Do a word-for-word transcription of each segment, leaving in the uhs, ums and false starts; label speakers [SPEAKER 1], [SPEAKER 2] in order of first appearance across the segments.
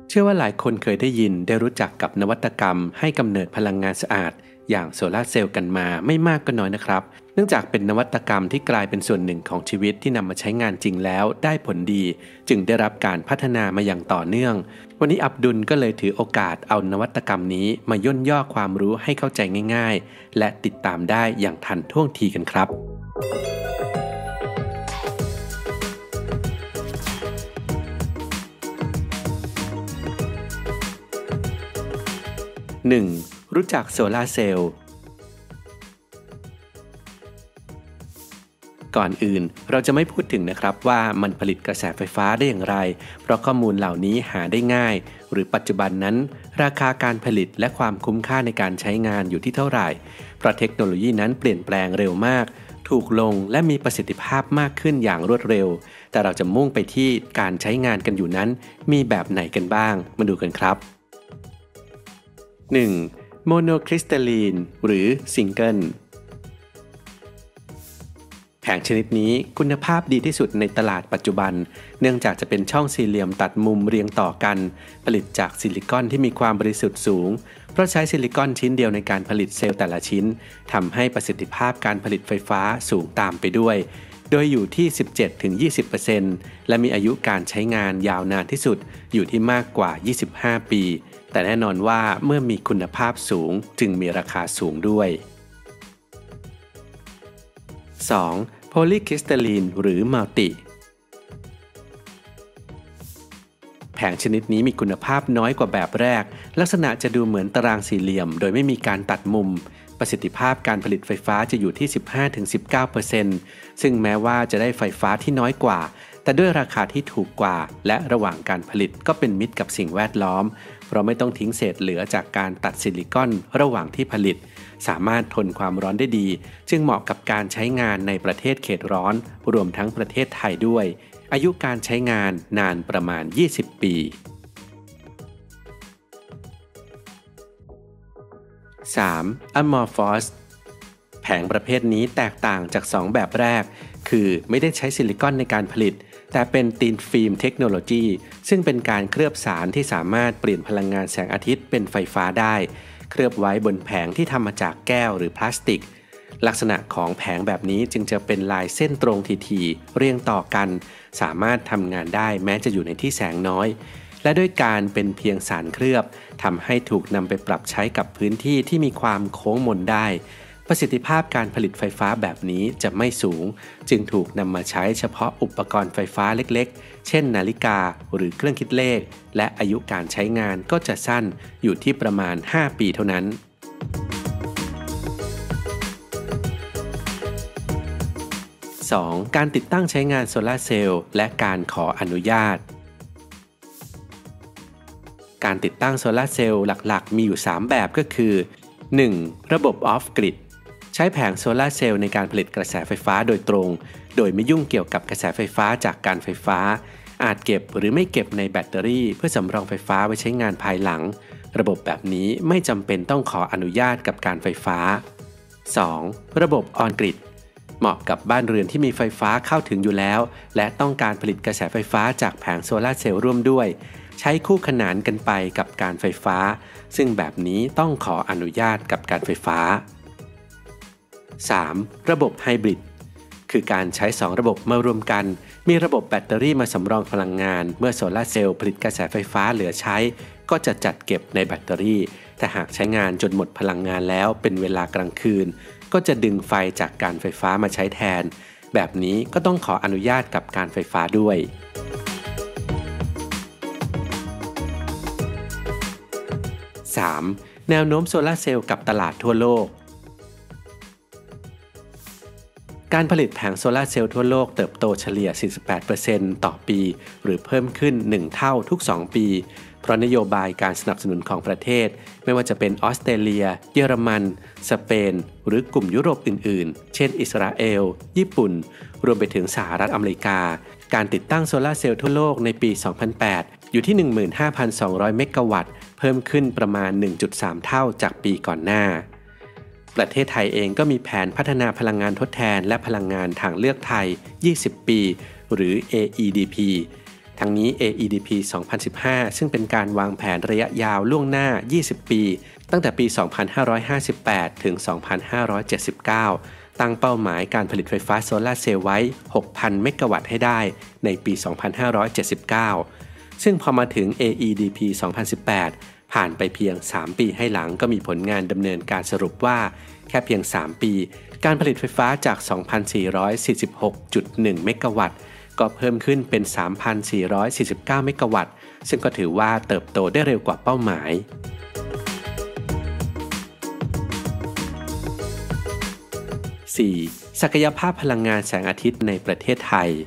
[SPEAKER 1] เชื่อว่าหลายคนเคยได้ยินได้รู้จักกับนวัตกรรมให้กำเนิดพลังงานสะอาดอย่างโซลาร์เซลล์กันมาไม่มากก็น้อยนะครับเนื่องจากเป็นนวัตกรรมที่กลายเป็นส่วนหนึ่งของชีวิตที่นำมาใช้งานจริงแล้วได้ผลดีจึงได้รับการพัฒนามาอย่างต่อเนื่องวันนี้อับดุลก็เลยถือโอกาสเอานวัตกรรมนี้มาย่นย่อความรู้ให้เข้าใจง่ายๆและติดตามได้อย่างทันท่วงทีกันครับหนึ่ง. รู้จักโซลาร์เซลล์ก่อนอื่นเราจะไม่พูดถึงนะครับว่ามันผลิตกระแสไฟฟ้าได้อย่างไรเพราะข้อมูลเหล่านี้หาได้ง่ายหรือปัจจุบันนั้นราคาการผลิตและความคุ้มค่าในการใช้งานอยู่ที่เท่าไหร่เพราะเทคโนโลยีนั้นเปลี่ยนแปลงเร็วมากถูกลงและมีประสิทธิภาพมากขึ้นอย่างรวดเร็วแต่เราจะมุ่งไปที่การใช้งานกันอยู่นั้นมีแบบไหนกันบ้างมาดูกันครับหนึ่ง. โมโนคริสตัลลีนหรือซิงเกิลแผงชนิดนี้คุณภาพดีที่สุดในตลาดปัจจุบันเนื่องจากจะเป็นช่องสี่เหลี่ยมตัดมุมเรียงต่อกันผลิตจากซิลิคอนที่มีความบริสุทธิ์สูงเพราะใช้ซิลิคอนชิ้นเดียวในการผลิตเซลล์แต่ละชิ้นทำให้ประสิทธิภาพการผลิตไฟฟ้าสูงตามไปด้วยโดยอยู่ที่ สิบเจ็ดถึงยี่สิบเปอร์เซ็นต์ และมีอายุการใช้งานยาวนานที่สุดอยู่ที่มากกว่ายี่สิบห้าปีแต่แน่นอนว่าเมื่อมีคุณภาพสูงจึงมีราคาสูงด้วย สอง. โพลีคริสตัลลีนหรือมัลติแผงชนิดนี้มีคุณภาพน้อยกว่าแบบแรกลักษณะจะดูเหมือนตารางสี่เหลี่ยมโดยไม่มีการตัดมุมประสิทธิภาพการผลิตไฟฟ้าจะอยู่ที่ สิบห้าถึงสิบเก้าเปอร์เซ็นต์ ซึ่งแม้ว่าจะได้ไฟฟ้าที่น้อยกว่าแต่ด้วยราคาที่ถูกกว่าและระหว่างการผลิตก็เป็นมิตรกับสิ่งแวดล้อมเพราะไม่ต้องทิ้งเศษเหลือจากการตัดซิลิคอนระหว่างที่ผลิตสามารถทนความร้อนได้ดีจึงเหมาะกับการใช้งานในประเทศเขตร้อนรวมทั้งประเทศไทยด้วยอายุการใช้งานนานประมาณยี่สิบปี สาม. Amorphous แผงประเภทนี้แตกต่างจากสองแบบแรกคือไม่ได้ใช้ซิลิคอนในการผลิตแต่เป็นตีนฟิล์มเทคโนโลยีซึ่งเป็นการเคลือบสารที่สามารถเปลี่ยนพลังงานแสงอาทิตย์เป็นไฟฟ้าได้เคลือบไว้บนแผงที่ทำมาจากแก้วหรือพลาสติกลักษณะของแผงแบบนี้จึงจะเป็นลายเส้นตรงทีๆเรียงต่อกันสามารถทำงานได้แม้จะอยู่ในที่แสงน้อยและด้วยการเป็นเพียงสารเคลือบทำให้ถูกนำไปปรับใช้กับพื้นที่ที่มีความโค้งมนได้ประสิทธิภาพการผลิตไฟฟ้าแบบนี้จะไม่สูงจึงถูกนำมาใช้เฉพาะอุปกรณ์ไฟฟ้าเล็กๆเช่นนาฬิกาหรือเครื่องคิดเลขและอายุการใช้งานก็จะสั้นอยู่ที่ประมาณห้าปีเท่านั้น สอง. การติดตั้งใช้งานโซลาร์เซลล์และการขออนุญาตการติดตั้งโซลาร์เซลล์หลักๆมีอยู่สามแบบก็คือ หนึ่ง. ระบบออฟกริดใช้แผงโซลาร์เซลล์ในการผลิตกระแสไฟฟ้าโดยตรงโดยไม่ยุ่งเกี่ยวกับกระแสไฟฟ้าจากการไฟฟ้าอาจเก็บหรือไม่เก็บในแบตเตอรี่เพื่อสำรองไฟฟ้าไว้ใช้งานภายหลังระบบแบบนี้ไม่จำเป็นต้องขออนุญาตกับการไฟฟ้า สอง. ระบบออนกริดเหมาะกับบ้านเรือนที่มีไฟฟ้าเข้าถึงอยู่แล้วและต้องการผลิตกระแสไฟฟ้าจากแผงโซลาร์เซลล์ร่วมด้วยใช้คู่ขนานกันไปกับการไฟฟ้าซึ่งแบบนี้ต้องขออนุญาตกับการไฟฟ้า สาม. ระบบไฮบริดคือการใช้สองระบบมารวมกันมีระบบแบตเตอรี่มาสำรองพลังงานเมื่อโซลาร์เซลล์ผลิตกระแสไฟฟ้าเหลือใช้ก็จะจัดเก็บในแบตเตอรี่แต่หากใช้งานจนหมดพลังงานแล้วเป็นเวลากลางคืนก็จะดึงไฟจากการไฟฟ้ามาใช้แทนแบบนี้ก็ต้องขออนุญาตกับการไฟฟ้าด้วย สาม. แนวโน้มโซลาร์เซลล์กับตลาดทั่วโลกการผลิตแผงโซลาร์เซลล์ทั่วโลกเติบโตเฉลี่ย สี่สิบแปดเปอร์เซ็นต์ ต่อปีหรือเพิ่มขึ้นหนึ่งเท่าทุกสองปีเพราะนโยบายการสนับสนุนของประเทศไม่ว่าจะเป็นออสเตรเลียเยอรมันสเปนหรือกลุ่มยุโรปอื่นๆเช่นอิสราเอลญี่ปุ่นรวมไปถึงสหรัฐอเมริกาการติดตั้งโซลาร์เซลล์ทั่วโลกในปี สองพันแปด อยู่ที่ หนึ่งหมื่นห้าพันสองร้อย เมกะวัตต์เพิ่มขึ้นประมาณ หนึ่งจุดสาม เท่าจากปีก่อนหน้าประเทศไทยเองก็มีแผนพัฒนาพลังงานทดแทนและพลังงานทางเลือกไทยยี่สิบปีหรือ เอ อี ดี พีทั้งนี้ เอ อี ดี พี สองพันสิบห้า ซึ่งเป็นการวางแผนระยะยาวล่วงหน้ายี่สิบปีตั้งแต่ปี สองพันห้าร้อยห้าสิบแปด ถึง สองพันห้าร้อยเจ็ดสิบเก้า ตั้งเป้าหมายการผลิตไฟฟ้าโซลาร์เซลล์ไว้ หกพัน เมกะวัตต์ให้ได้ในปี สองพันห้าร้อยเจ็ดสิบเก้า ซึ่งพอมาถึง เอ อี ดี พี สองพันสิบแปด ผ่านไปเพียง สาม ปีให้หลังก็มีผลงานดำเนินการสรุปว่าแค่เพียง สาม ปีการผลิตไฟฟ้าจาก สองพันสี่ร้อยสี่สิบหกจุดหนึ่ง เมกะวัตต์ก็เพิ่มขึ้นเป็น สามพันสี่ร้อยสี่สิบเก้า เมกะวัตต์ซึ่งก็ถือว่าเติบโตได้เร็วกว่าเป้าหมายสี่ ศักยภาพพลังงานแสงอาทิตย์ในประเทศไทย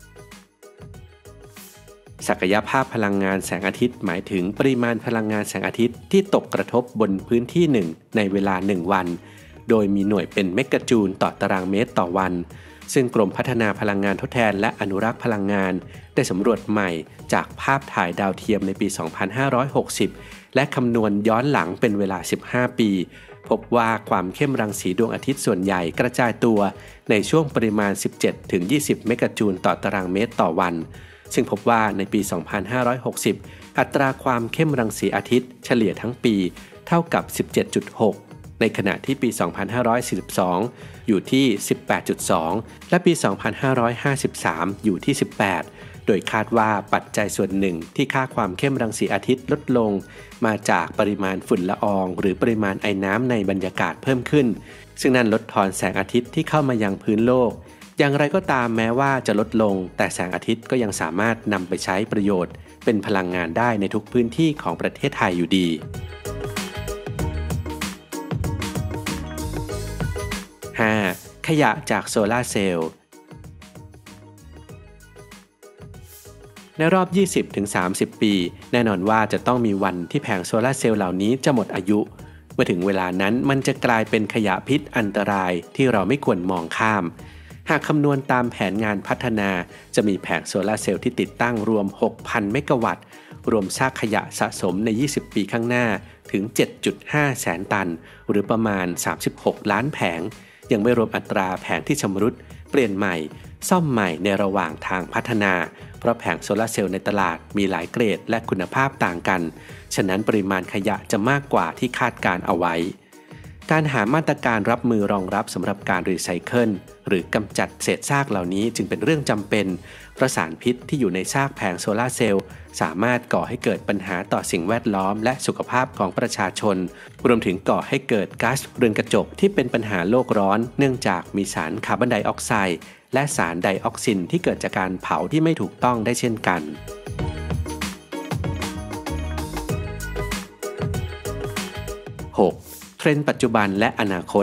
[SPEAKER 1] ศักยภาพพลังงานแสงอาทิตย์หมายถึงปริมาณพลังงานแสงอาทิตย์ที่ตกกระทบบนพื้นที่หนึ่งในเวลาหนึ่งวันโดยมีหน่วยเป็นเมกะจูลต่อตารางเมตรต่อวันซึ่งกรมพัฒนาพลังงานทดแทนและอนุรักษ์พลังงานได้สำรวจใหม่จากภาพถ่ายดาวเทียมในปี สองพันห้าร้อยหกสิบ และคำนวณย้อนหลังเป็นเวลา สิบห้า ปีพบว่าความเข้มรังสีดวงอาทิตย์ส่วนใหญ่กระจายตัวในช่วงปริมาณ สิบเจ็ดถึงยี่สิบ เมกะจูลต่อตารางเมตรต่อวันซึ่งพบว่าในปี สองพันห้าร้อยหกสิบ อัตราความเข้มรังสีอาทิตย์เฉลี่ยทั้งปีเท่ากับ สิบเจ็ดจุดหก ในขณะที่ปี สองพันห้าร้อยสี่สิบสอง อยู่ที่ สิบแปดจุดสอง และปี สองพันห้าร้อยห้าสิบสาม อยู่ที่ สิบแปด โดยคาดว่าปัจจัยส่วนหนึ่งที่ค่าความเข้มรังสีอาทิตย์ลดลงมาจากปริมาณฝุ่นละอองหรือปริมาณไอน้ำในบรรยากาศเพิ่มขึ้นซึ่งนั่นลดทอนแสงอาทิตย์ที่เข้ามายังพื้นโลกอย่างไรก็ตามแม้ว่าจะลดลงแต่แสงอาทิตย์ก็ยังสามารถนำไปใช้ประโยชน์เป็นพลังงานได้ในทุกพื้นที่ของประเทศไทยอยู่ดีห้า ขยะจากโซลาร์เซลล์ในรอบ ยี่สิบถึงสามสิบ ปีแน่นอนว่าจะต้องมีวันที่แผงโซลาร์เซลล์เหล่านี้จะหมดอายุเมื่อถึงเวลานั้นมันจะกลายเป็นขยะพิษอันตรายที่เราไม่ควรมองข้ามหากคำนวณตามแผนงานพัฒนาจะมีแผงโซลาร์เซลล์ที่ติดตั้งรวม หกพัน เมกะวัตต์รวมซากขยะสะสมในยี่สิบปีข้างหน้าถึง เจ็ดจุดห้า แสนตันหรือประมาณสามสิบหกล้านแผงยังไม่รวมอัตราแผงที่ชำรุดเปลี่ยนใหม่ซ่อมใหม่ในระหว่างทางพัฒนาเพราะแผงโซลาร์เซลล์ในตลาดมีหลายเกรดและคุณภาพต่างกันฉะนั้นปริมาณขยะจะมากกว่าที่คาดการเอาไว้การหามาตรการรับมือรองรับสำหรับการรีไซเคิลหรือกำจัดเศษซากเหล่านี้จึงเป็นเรื่องจำเป็นเพราะสารพิษที่อยู่ในซากแผงโซลาร์เซลล์สามารถก่อให้เกิดปัญหาต่อสิ่งแวดล้อมและสุขภาพของประชาชนรวมถึงก่อให้เกิดก๊าซเรือนกระจกที่เป็นปัญหาโลกร้อนเนื่องจากมีสารคาร์บอนไดออกไซด์และสารไดออกซินที่เกิดจากการเผาที่ไม่ถูกต้องได้เช่นกัน หก เทรนด์ปัจจุบันและอนาคต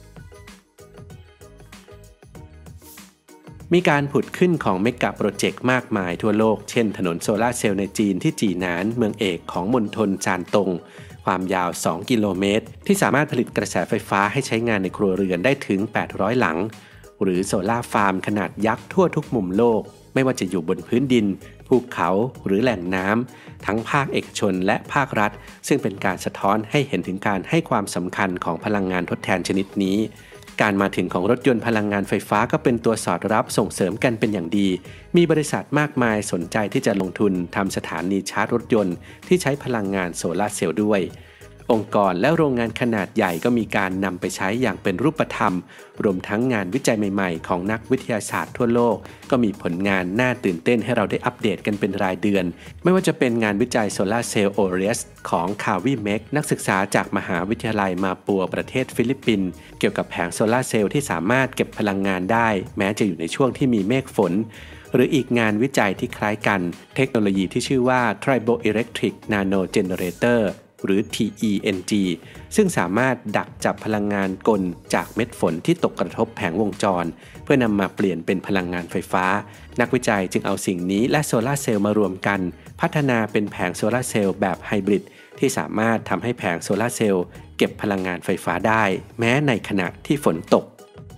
[SPEAKER 1] มีการผุดขึ้นของเมกะโปรเจกต์มากมายทั่วโลกเช่นถนนโซลาร์เซลล์ในจีนที่จีหนานเมืองเอกของมณฑลซานตงความยาวสองกิโลเมตรที่สามารถผลิตกระแสไฟฟ้าให้ใช้งานในครัวเรือนได้ถึงแปดร้อยหลังหรือโซลาร์ฟาร์มขนาดยักษ์ทั่วทุกมุมโลกไม่ว่าจะอยู่บนพื้นดินภูเขาหรือแหล่งน้ำทั้งภาคเอกชนและภาครัฐซึ่งเป็นการสะท้อนให้เห็นถึงการให้ความสำคัญของพลังงานทดแทนชนิดนี้การมาถึงของรถยนต์พลังงานไฟฟ้าก็เป็นตัวสอดรับส่งเสริมกันเป็นอย่างดีมีบริษัทมากมายสนใจที่จะลงทุนทำสถานีชาร์จรถยนต์ที่ใช้พลังงานโซลาร์เซลล์ด้วยองค์กรและโรงงานขนาดใหญ่ก็มีการนำไปใช้อย่างเป็นรูปธรรมรวมทั้งงานวิจัยใหม่ๆของนักวิทยาศาสตร์ทั่วโลกก็มีผลงานน่าตื่นเต้นให้เราได้อัปเดตกันเป็นรายเดือนไม่ว่าจะเป็นงานวิจัยโซลาร์เซลล์ โอ อาร์ อี เอส ของคาวิเมกนักศึกษาจากมหาวิทยาลัยมาปัวประเทศฟิลิปปินส์เกี่ยวกับแผงโซลาร์เซลล์ที่สามารถเก็บพลังงานได้แม้จะอยู่ในช่วงที่มีเมฆฝนหรืออีกงานวิจัยที่คล้ายกันเทคโนโลยีที่ชื่อว่า Triboelectric Nano Generatorหรือ ที อี เอ็น จี ซึ่งสามารถดักจับพลังงานกลจากเม็ดฝนที่ตกกระทบแผงวงจรเพื่อนำมาเปลี่ยนเป็นพลังงานไฟฟ้านักวิจัยจึงเอาสิ่งนี้และโซลาร์เซลล์มารวมกันพัฒนาเป็นแผงโซลาร์เซลล์แบบไฮบริดที่สามารถทำให้แผงโซลาร์เซลล์เก็บพลังงานไฟฟ้าได้แม้ในขณะที่ฝนตก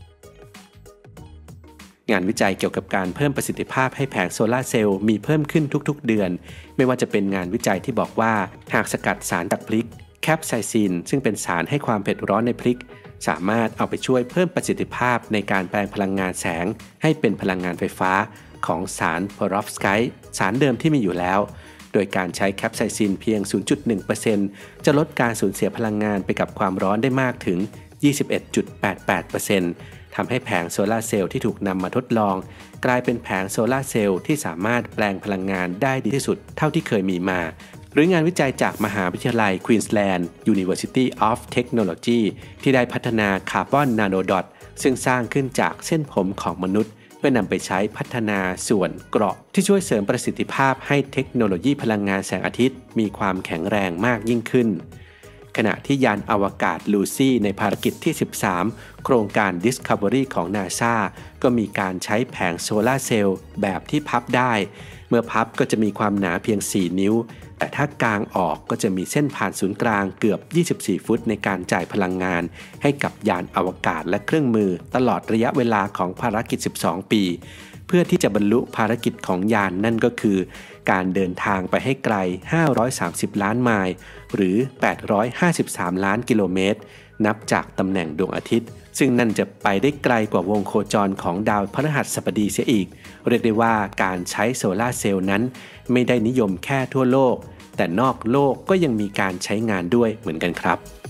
[SPEAKER 1] งานวิจัยเกี่ยวกับการเพิ่มประสิทธิภาพให้แผงโซลาร์เซลล์มีเพิ่มขึ้นทุกๆเดือนไม่ว่าจะเป็นงานวิจัยที่บอกว่าหากสกัดสารจากพริกแคปไซซินซึ่งเป็นสารให้ความเผ็ดร้อนในพริกสามารถเอาไปช่วยเพิ่มประสิทธิภาพในการแปลงพลังงานแสงให้เป็นพลังงานไฟฟ้าของสารเพอรอฟสไกต์สารเดิมที่มีอยู่แล้วโดยการใช้แคปไซซินเพียง ศูนย์จุดหนึ่งเปอร์เซ็นต์ จะลดการสูญเสียพลังงานไปกับความร้อนได้มากถึง ยี่สิบเอ็ดจุดแปดแปดเปอร์เซ็นต์ ทำให้แผงโซลาร์เซลล์ที่ถูกนำมาทดลองกลายเป็นแผงโซลาร์เซลล์ที่สามารถแปลงพลังงานได้ดีที่สุดเท่าที่เคยมีมาหรืองานวิจัยจากมหาวิทยาลัย Queensland University of Technology ที่ได้พัฒนาคาร์บอนนาโนดอทซึ่งสร้างขึ้นจากเส้นผมของมนุษย์เพื่อนำไปใช้พัฒนาส่วนเกราะที่ช่วยเสริมประสิทธิภาพให้เทคโนโลยีพลังงานแสงอาทิตย์มีความแข็งแรงมากยิ่งขึ้นขณะที่ยานอวกาศลูซี่ในภารกิจที่สิบสามโครงการ Discovery ของ NASA ก็มีการใช้แผงโซลาร์เซลล์แบบที่พับได้เมื่อพับก็จะมีความหนาเพียงสี่นิ้วแต่ถ้ากางออกก็จะมีเส้นผ่านศูนย์กลางเกือบยี่สิบสี่ฟุตในการจ่ายพลังงานให้กับยานอวกาศและเครื่องมือตลอดระยะเวลาของภารกิจสิบสองปีเพื่อที่จะบรรลุภารกิจของยานนั่นก็คือการเดินทางไปให้ไกลห้าร้อยสามสิบล้านไมล์หรือแปดร้อยห้าสิบสามล้านกิโลเมตรนับจากตำแหน่งดวงอาทิตย์ซึ่งนั่นจะไปได้ไกลกว่าวงโคจรของดาวพฤหัสบดีเสียอีกเรียกได้ว่าการใช้โซลาร์เซลล์นั้นไม่ได้นิยมแค่ทั่วโลกแต่นอกโลกก็ยังมีการใช้งานด้วยเหมือนกันครับ